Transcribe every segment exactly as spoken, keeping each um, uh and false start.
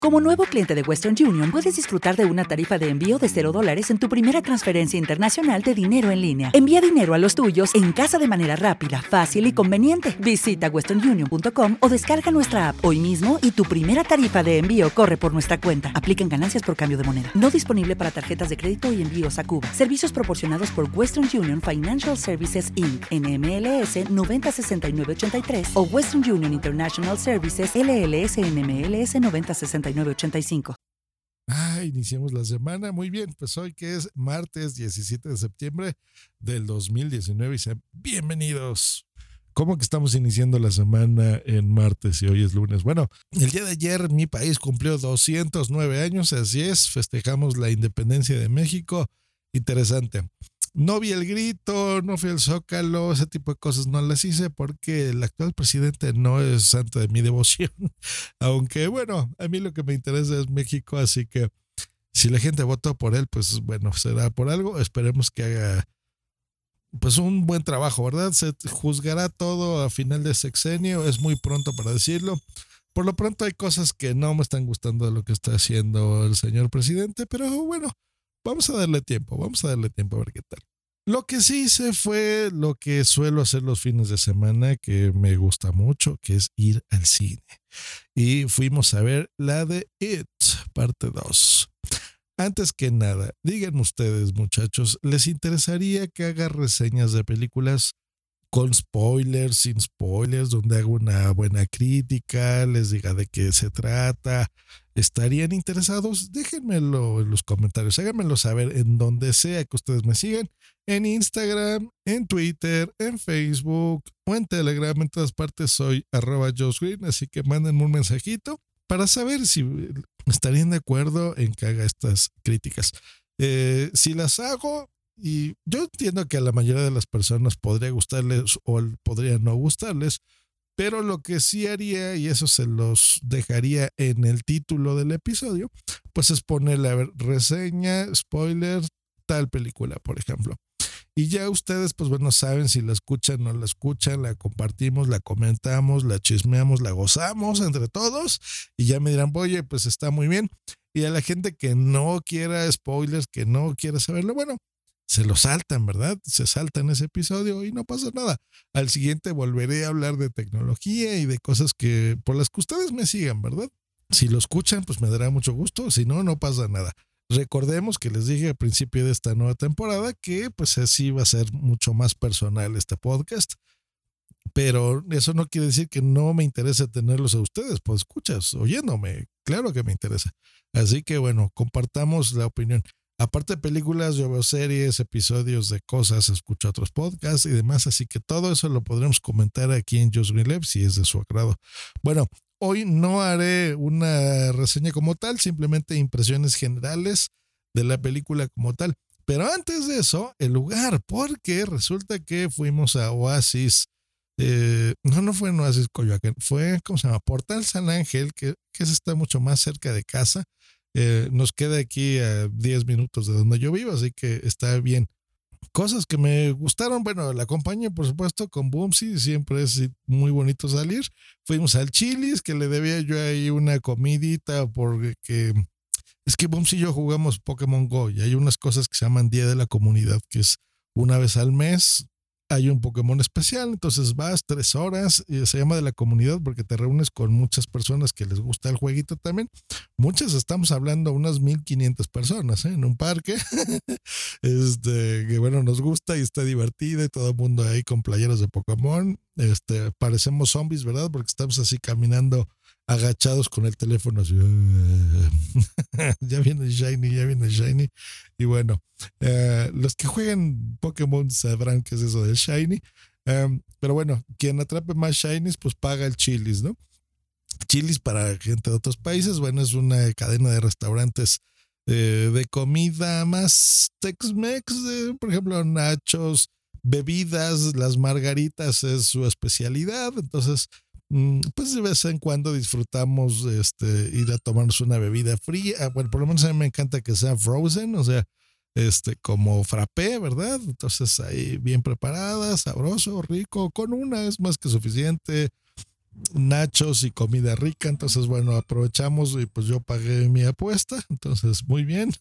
Como nuevo cliente de Western Union, puedes disfrutar de una tarifa de envío de cero dólares en tu primera transferencia internacional de dinero en línea. Envía dinero a los tuyos en casa de manera rápida, fácil y conveniente. Visita western union punto com o descarga nuestra app hoy mismo y tu primera tarifa de envío corre por nuestra cuenta. Aplican ganancias por cambio de moneda. No disponible para tarjetas de crédito y envíos a Cuba. Servicios proporcionados por Western Union Financial Services incorporated. N M L S noventa sesenta y nueve ochenta y tres o Western Union International Services L L S N M L S noventa sesenta y nueve ochenta y cinco. Ah, iniciamos la semana. Muy bien, pues hoy que es martes diecisiete de septiembre del dos mil diecinueve y sean bienvenidos. ¿Cómo que estamos iniciando la semana en martes y hoy es lunes? Bueno, el día de ayer mi país cumplió doscientos nueve años, así es, festejamos la independencia de México. Interesante. No vi el grito, no fui al Zócalo, ese tipo de cosas no las hice porque el actual presidente no es santo de mi devoción. Aunque bueno, a mí lo que me interesa es México, así que si la gente votó por él, pues bueno, será por algo. Esperemos que haga pues un buen trabajo, ¿verdad? Se juzgará todo a final de sexenio, es muy pronto para decirlo. Por lo pronto hay cosas que no me están gustando de lo que está haciendo el señor presidente, pero bueno, vamos a darle tiempo, vamos a darle tiempo a ver qué tal. Lo que sí hice fue lo que suelo hacer los fines de semana, que me gusta mucho, que es ir al cine. Y fuimos a ver la de It, parte dos. Antes que nada, díganme ustedes, muchachos, ¿les interesaría que haga reseñas de películas con spoilers, sin spoilers, donde haga una buena crítica, les diga de qué se trata? ¿Estarían interesados? Déjenmelo en los comentarios, háganmelo saber en donde sea que ustedes me sigan, en Instagram, en Twitter, en Facebook o en Telegram. En todas partes soy arroba Josh Green, así que mándenme un mensajito para saber si estarían de acuerdo en que haga estas críticas. Eh, si las hago, y yo entiendo que a la mayoría de las personas podría gustarles o podría no gustarles, pero lo que sí haría, y eso se los dejaría en el título del episodio, pues es ponerle a ver reseña, spoiler, tal película, por ejemplo. Y ya ustedes, pues bueno, saben si la escuchan o no la escuchan, la compartimos, la comentamos, la chismeamos, la gozamos entre todos y ya me dirán, oye, pues está muy bien. Y a la gente que no quiera spoilers, que no quiera saberlo, bueno, se lo saltan, ¿verdad? Se saltan ese episodio y no pasa nada. Al siguiente volveré a hablar de tecnología y de cosas que por las que ustedes me sigan, ¿verdad? Si lo escuchan, pues me dará mucho gusto. Si no, no pasa nada. Recordemos que les dije al principio de esta nueva temporada que pues así va a ser mucho más personal este podcast. Pero eso no quiere decir que no me interese tenerlos a ustedes, pues escuchas, oyéndome. Claro que me interesa. Así que bueno, compartamos la opinión. Aparte de películas, yo veo series, episodios de cosas, escucho otros podcasts y demás, así que todo eso lo podremos comentar aquí en Josh Green Lab si es de su agrado. Bueno, hoy no haré una reseña como tal, simplemente impresiones generales de la película como tal. Pero antes de eso, el lugar, porque resulta que fuimos a Oasis, eh, no, no fue en Oasis Coyoacán, fue, ¿cómo se llama? Portal San Ángel, que, que está mucho más cerca de casa. Eh, nos queda aquí a diez minutos de donde yo vivo, así que está bien. Cosas que me gustaron, bueno, la compañía, por supuesto, con Boomsy, siempre es muy bonito salir. Fuimos al Chili's, que le debía yo ahí una comidita, porque es que Boomsy y yo jugamos Pokémon Go y hay unas cosas que se llaman Día de la Comunidad, que es una vez al mes. Hay un Pokémon especial, entonces vas tres horas y se llama de la comunidad porque te reúnes con muchas personas que les gusta el jueguito también. Muchas, estamos hablando unas mil quinientas personas, ¿eh? En un parque. este, que bueno, nos gusta y está divertido y todo el mundo ahí con playeras de Pokémon. Este, parecemos zombies, ¿verdad? Porque estamos así caminando agachados con el teléfono así. ya viene Shiny, ya viene Shiny. Y bueno, uh, los que juegan Pokémon sabrán qué es eso del Shiny. Um, pero bueno, quien atrape más Shinies, pues paga el Chili's, ¿no? Chili's para gente de otros países, bueno, es una cadena de restaurantes eh, de comida más Tex-Mex, eh, por ejemplo, nachos, bebidas, las margaritas es su especialidad, entonces pues de vez en cuando disfrutamos este, ir a tomarnos una bebida fría. Bueno, por lo menos a mí me encanta que sea frozen, o sea, este, como frappé, ¿verdad? Entonces ahí bien preparada, sabroso, rico, con una es más que suficiente. nachos y comida rica. Entonces, bueno, aprovechamos y pues yo pagué mi apuesta. Entonces, muy bien.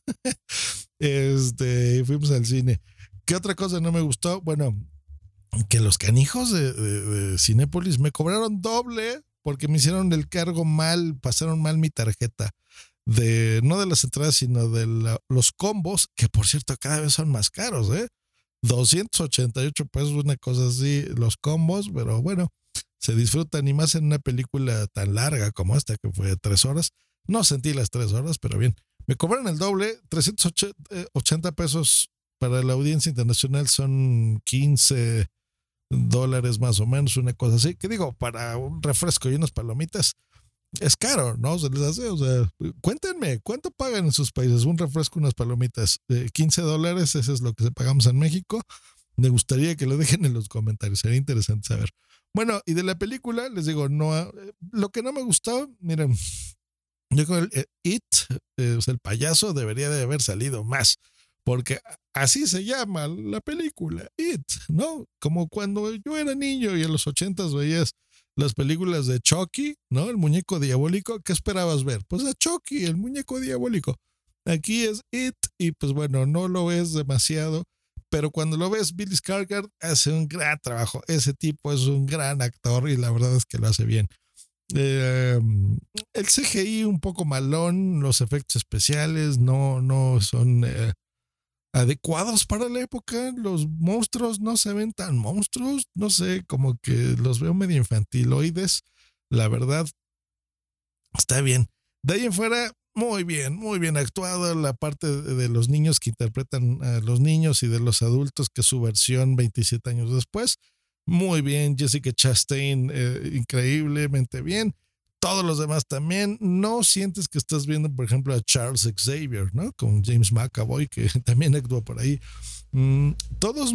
Este, fuimos al cine. ¿Qué otra cosa no me gustó? Bueno, que los canijos de, de, de Cinépolis me cobraron doble porque me hicieron el cargo mal, pasaron mal mi tarjeta. De, no de las entradas, sino de la, los combos, que por cierto cada vez son más caros, ¿eh? doscientos ochenta y ocho pesos, una cosa así, los combos, pero bueno, se disfrutan y más en una película tan larga como esta, que fue de tres horas. No sentí las tres horas, pero bien. Me cobraron el doble, trescientos ochenta pesos para la audiencia internacional son quince dólares más o menos, una cosa así. Que digo, para un refresco y unas palomitas es caro, ¿no? Se les hace, o sea, cuéntenme, ¿cuánto pagan en sus países un refresco, unas palomitas? Eh, quince dólares, eso es lo que pagamos en México. Me gustaría que lo dejen en los comentarios, sería interesante saber. Bueno, y de la película, les digo, no, eh, lo que no me gustó, miren, yo creo que el eh, It, eh, o sea, el payaso, debería de haber salido más, porque así se llama la película, It, ¿no? Como cuando yo era niño y en los ochentas veías las películas de Chucky, ¿no? El muñeco diabólico. ¿Qué esperabas ver? Pues a Chucky, el muñeco diabólico. Aquí es It y pues bueno, no lo ves demasiado, pero cuando lo ves, Billy Skarsgård hace un gran trabajo. Ese tipo es un gran actor y la verdad es que lo hace bien. Eh, el C G I un poco malón, los efectos especiales no, no son eh, adecuados para la época. Los monstruos no se ven tan monstruos, no sé, como que los veo medio infantiloides. La verdad, está bien. De ahí en fuera, muy bien, muy bien actuado. La parte de, de los niños que interpretan a los niños y de los adultos, que es su versión veintisiete años después. Muy bien, Jessica Chastain, eh, increíblemente bien. Todos los demás también. No sientes que estás viendo, por ejemplo, a Charles Xavier, ¿no? Con James McAvoy, que también actúa por ahí. Mm, todos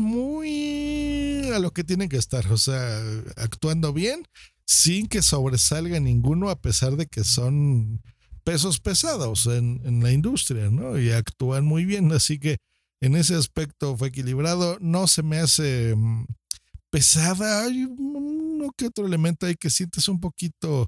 muy a lo que tienen que estar, o sea, actuando bien, sin que sobresalga ninguno, a pesar de que son pesos pesados en, en la industria, ¿no? Y actúan muy bien, así que en ese aspecto fue equilibrado. No se me hace mm, pesada. Hay uno que otro elemento ahí que sientes un poquito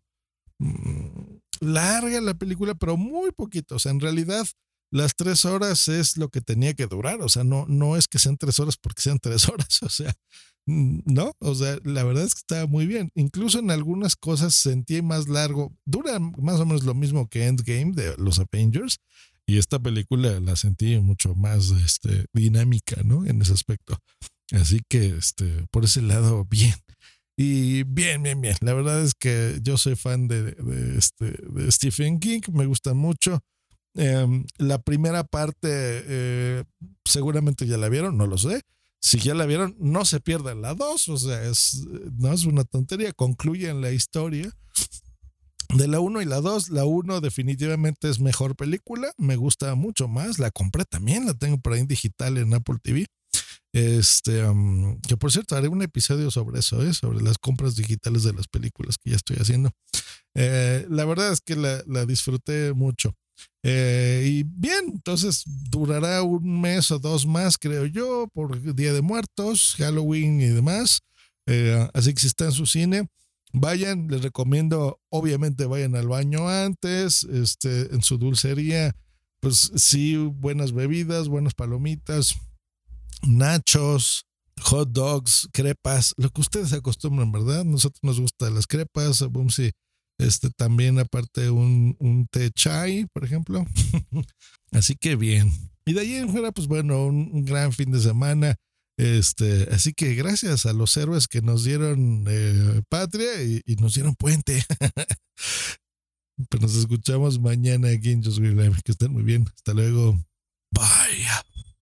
larga la película, pero muy poquito. O sea, en realidad las tres horas es lo que tenía que durar. O sea, no, no es que sean tres horas porque sean tres horas. O sea, no, o sea, la verdad es que estaba muy bien. Incluso en algunas cosas sentí más largo. Dura más o menos lo mismo que Endgame de los Avengers. Y esta película la sentí mucho más este, dinámica, ¿no? En ese aspecto. Así que, este, por ese lado, bien. Y bien, bien, bien. La verdad es que yo soy fan de, de, este, de Stephen King. Me gusta mucho. Eh, la primera parte, eh, seguramente ya la vieron, no lo sé. Si ya la vieron, no se pierdan la dos. O sea, es, no es una tontería. Concluyen la historia de la uno y la dos. La uno definitivamente es mejor película. Me gusta mucho más. La compré también. La tengo por ahí en digital en Apple T V. Este, um, que por cierto haré un episodio sobre eso, ¿eh? Sobre las compras digitales de las películas que ya estoy haciendo. Eh, la verdad es que la, la disfruté mucho. Eh, y bien, entonces durará un mes o dos más, creo yo, por Día de Muertos, Halloween y demás. Eh, así que si está en su cine, vayan. Les recomiendo, obviamente, vayan al baño antes, este, en su dulcería, pues sí, buenas bebidas, buenas palomitas, nachos, hot dogs, crepas, lo que ustedes acostumbran, ¿verdad? Nosotros nos gustan las crepas, sí, este, también aparte un, un té chai, por ejemplo. Así que bien. Y de ahí en fuera, pues bueno, un, un gran fin de semana. Este, así que gracias a los héroes que nos dieron eh, patria y, y nos dieron puente. Pues nos escuchamos mañana aquí en Just Green Life. Que estén muy bien. Hasta luego. Bye.